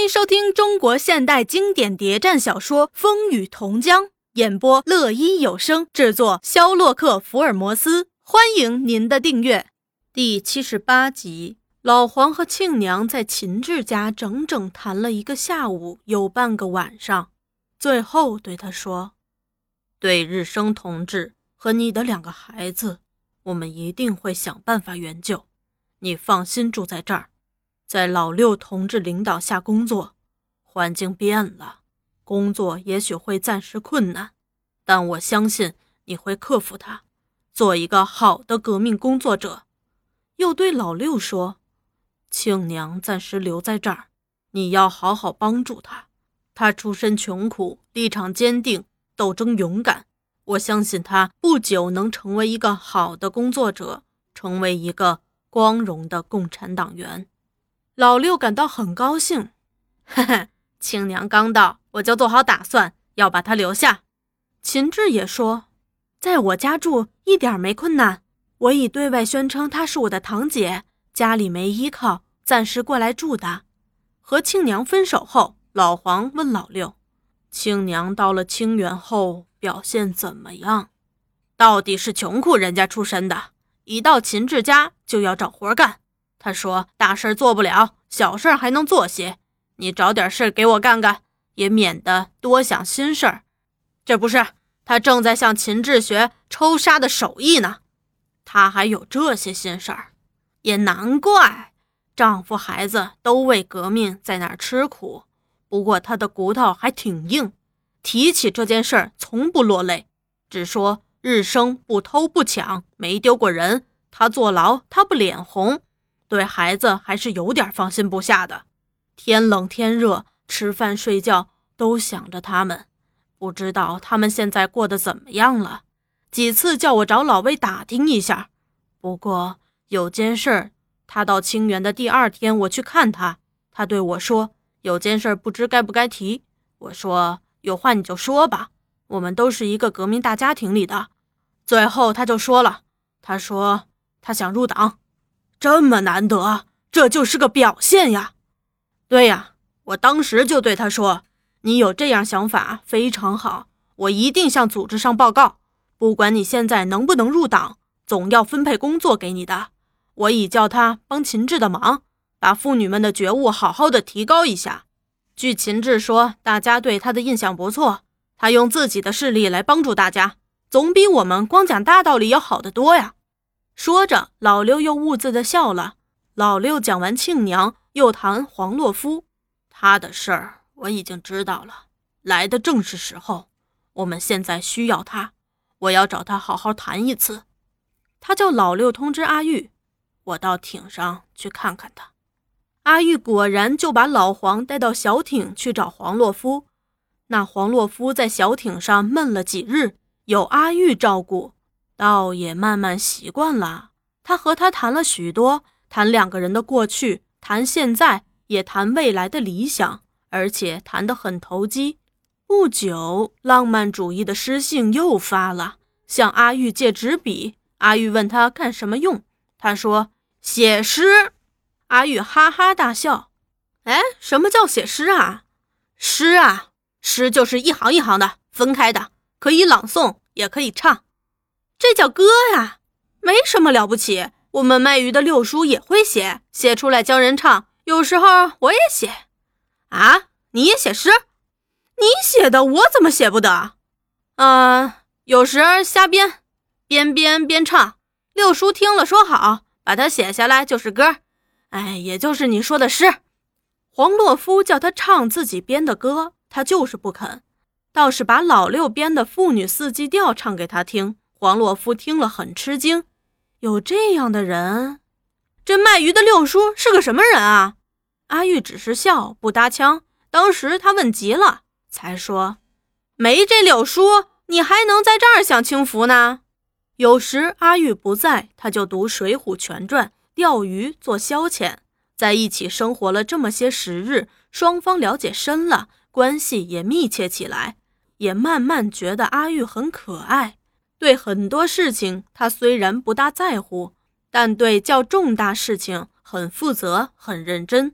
迎收听中国现代经典谍战小说《风雨同江》，演播乐一有声，制作肖洛克福尔摩斯。欢迎您的订阅。第78集，老黄和庆娘在秦志家整整谈了一个下午，有半个晚上，最后对他说：对日升同志和你的2个孩子，我们一定会想办法援救，你放心住在这儿，在老六同志领导下工作。环境变了，工作也许会暂时困难，但我相信你会克服它，做一个好的革命工作者。又对老六说，庆娘暂时留在这儿，你要好好帮助她。她出身穷苦，立场坚定，斗争勇敢，我相信她不久能成为一个好的工作者，成为一个光荣的共产党员。老六感到很高兴，嘿嘿，庆娘刚到，我就做好打算要把她留下。秦志也说，在我家住一点没困难，我已对外宣称她是我的堂姐，家里没依靠，暂时过来住的。和庆娘分手后，老黄问老六，庆娘到了清源后表现怎么样？到底是穷苦人家出身的，一到秦志家就要找活干。他说大事做不了，小事还能做些，你找点事给我干干，也免得多想心事儿。这不是，他正在向秦志学抽沙的手艺呢。他还有这些心事儿，也难怪，丈夫孩子都为革命在那儿吃苦，不过他的骨头还挺硬，提起这件事儿从不落泪，只说日升不偷不抢，没丢过人，他坐牢他不脸红，对孩子还是有点放心不下的。天冷天热，吃饭睡觉都想着他们，不知道他们现在过得怎么样了。几次叫我找老魏打听一下，不过有件事，他到清源的第2天我去看他，他对我说有件事不知该不该提。我说有话你就说吧，我们都是一个革命大家庭里的。最后他就说了，他说他想入党。这么难得，这就是个表现呀。对呀，我当时就对他说，你有这样想法非常好，我一定向组织上报告，不管你现在能不能入党，总要分配工作给你的。我已叫他帮秦志的忙，把妇女们的觉悟好好的提高一下。据秦志说，大家对他的印象不错，他用自己的势力来帮助大家，总比我们光讲大道理要好得多呀。说着，老六又兀自的笑了。老六讲完庆娘，又谈黄洛夫，他的事儿我已经知道了，来的正是时候，我们现在需要他，我要找他好好谈一次。他叫老六通知阿玉，我到艇上去看看他。阿玉果然就把老黄带到小艇去找黄洛夫。那黄洛夫在小艇上闷了几日，有阿玉照顾，倒也慢慢习惯了。他和他谈了许多，谈2个人的过去，谈现在，也谈未来的理想，而且谈得很投机。不久，浪漫主义的诗性又发了，向阿玉借纸笔。阿玉问他干什么用，他说写诗。阿玉哈哈大笑，哎，什么叫写诗啊？诗啊，诗就是一行一行的，分开的，可以朗诵，也可以唱，这叫歌呀，没什么了不起。我们卖鱼的六叔也会写，写出来教人唱，有时候我也写。啊，你也写诗？你写的我怎么写不得？有时瞎编，边唱，六叔听了说好，把它写下来就是歌。哎，也就是你说的诗。黄洛夫叫他唱自己编的歌，他就是不肯，倒是把老六编的妇女四季调唱给他听。黄洛夫听了很吃惊，有这样的人？这卖鱼的六叔是个什么人啊？阿玉只是笑不搭腔，当时他问急了，才说没这六叔，你还能在这儿享清福呢？有时阿玉不在，他就读《水浒全传》，钓鱼做消遣。在一起生活了这么些时日，双方了解深了，关系也密切起来，也慢慢觉得阿玉很可爱。对很多事情他虽然不大在乎，但对较重大事情很负责很认真。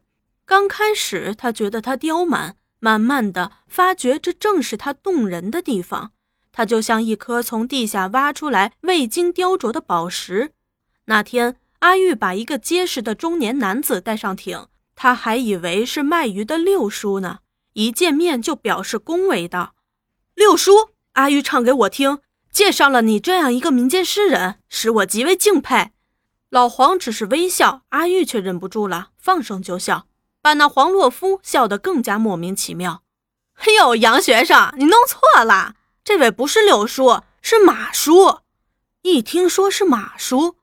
刚开始他觉得它刁蛮，慢慢的发觉这正是他动人的地方。他就像一颗从地下挖出来未经雕琢的宝石。那天阿玉把一个结实的中年男子带上艇，他还以为是卖鱼的六叔呢，一见面就表示恭维道：六叔，阿玉唱给我听，介绍了你这样一个民间诗人，使我极为敬佩。老黄只是微笑，阿玉却忍不住了，放声就笑，把那黄洛夫笑得更加莫名其妙。哎呦，杨学生，你弄错了，这位不是六叔，是马叔。一听说是马叔，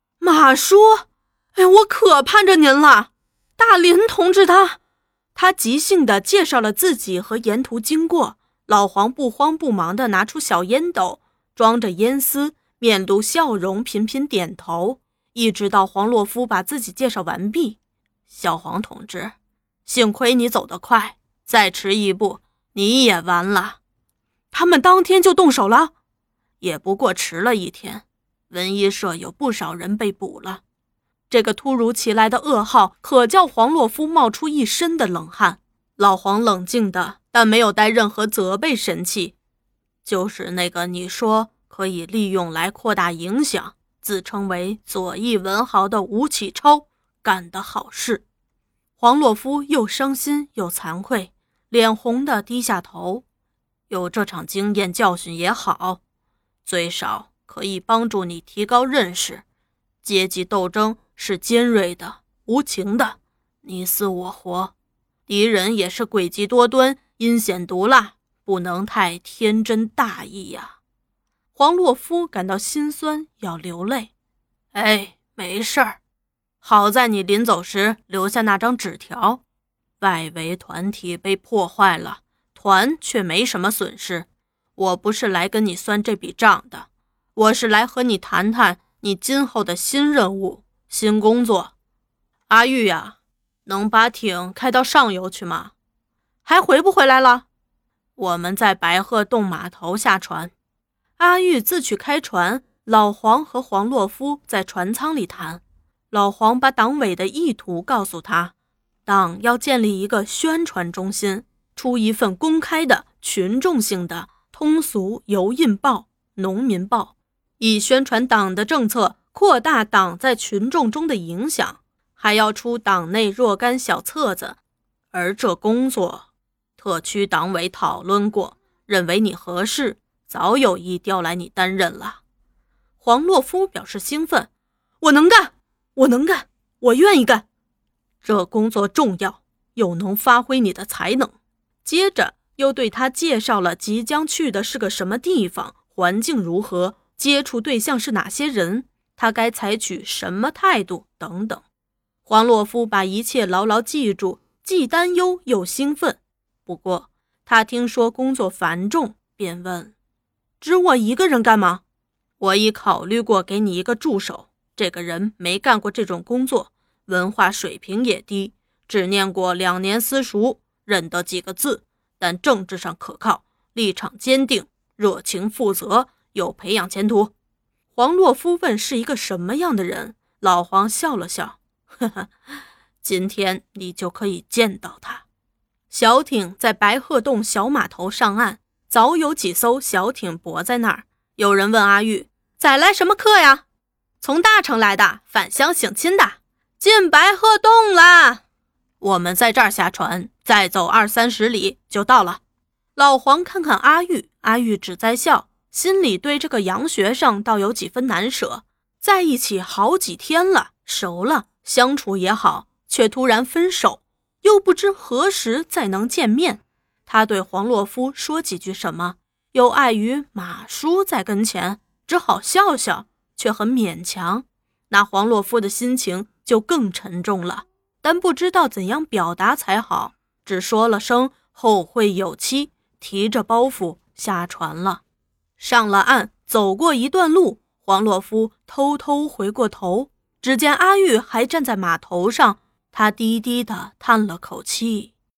哎，我可盼着您了。大林同志他即兴地介绍了自己和沿途经过。老黄不慌不忙地拿出小烟斗，装着烟丝，面露笑容，频频点头，一直到黄洛夫把自己介绍完毕。小黄同志，幸亏你走得快，再迟一步你也完了。他们当天就动手了？也不过迟了一天，文艺社有不少人被捕了。这个突如其来的噩耗可叫黄洛夫冒出一身的冷汗。老黄冷静的，但没有带任何责备神气。就是那个你说可以利用来扩大影响，自称为左翼文豪的吴启超干的好事。黄洛夫又伤心又惭愧，脸红的低下头。有这场经验教训也好，最少可以帮助你提高认识。阶级斗争是尖锐的、无情的，你死我活，敌人也是诡计多端、阴险毒辣，不能太天真大意呀。黄洛夫感到心酸，要流泪。哎，没事儿，好在你临走时留下那张纸条，外围团体被破坏了，团却没什么损失。我不是来跟你算这笔账的，我是来和你谈谈你今后的新任务、新工作。阿玉呀，能把艇开到上游去吗？还回不回来了？我们在白鹤洞码头下船。阿玉自去开船，老黄和黄洛夫在船舱里谈。老黄把党委的意图告诉他，党要建立一个宣传中心，出一份公开的群众性的通俗邮印报、农民报，以宣传党的政策，扩大党在群众中的影响，还要出党内若干小册子。而这工作特区党委讨论过，认为你合适，早有意调来你担任了。黄洛夫表示兴奋，我能干，我愿意干。这工作重要，又能发挥你的才能。接着又对他介绍了即将去的是个什么地方，环境如何，接触对象是哪些人，他该采取什么态度等等。黄洛夫把一切牢牢记住，既担忧又兴奋。不过他听说工作繁重，便问，只我一个人干吗？我已考虑过给你一个助手，这个人没干过这种工作，文化水平也低，只念过2年私塾，认得几个字，但政治上可靠，立场坚定，热情负责，有培养前途。黄洛夫问是一个什么样的人，老黄笑了笑，呵呵，今天你就可以见到他。小艇在白鹤洞小码头上岸，早有几艘小艇泊在那儿。有人问阿玉，载来什么客呀？从大城来的，返乡省亲的，进白鹤洞啦。我们在这儿下船，再走20-30里就到了。老黄看看阿玉，阿玉只在笑，心里对这个杨学生倒有几分难舍。在一起好几天了，熟了，相处也好，却突然分手，又不知何时再能见面。他对黄洛夫说几句什么，又碍于马叔在跟前，只好笑笑，却很勉强。那黄洛夫的心情就更沉重了，但不知道怎样表达才好，只说了声后会有期，提着包袱下船了。上了岸，走过一段路，黄洛夫偷偷回过头，只见阿玉还站在码头上，他低低地叹了口气。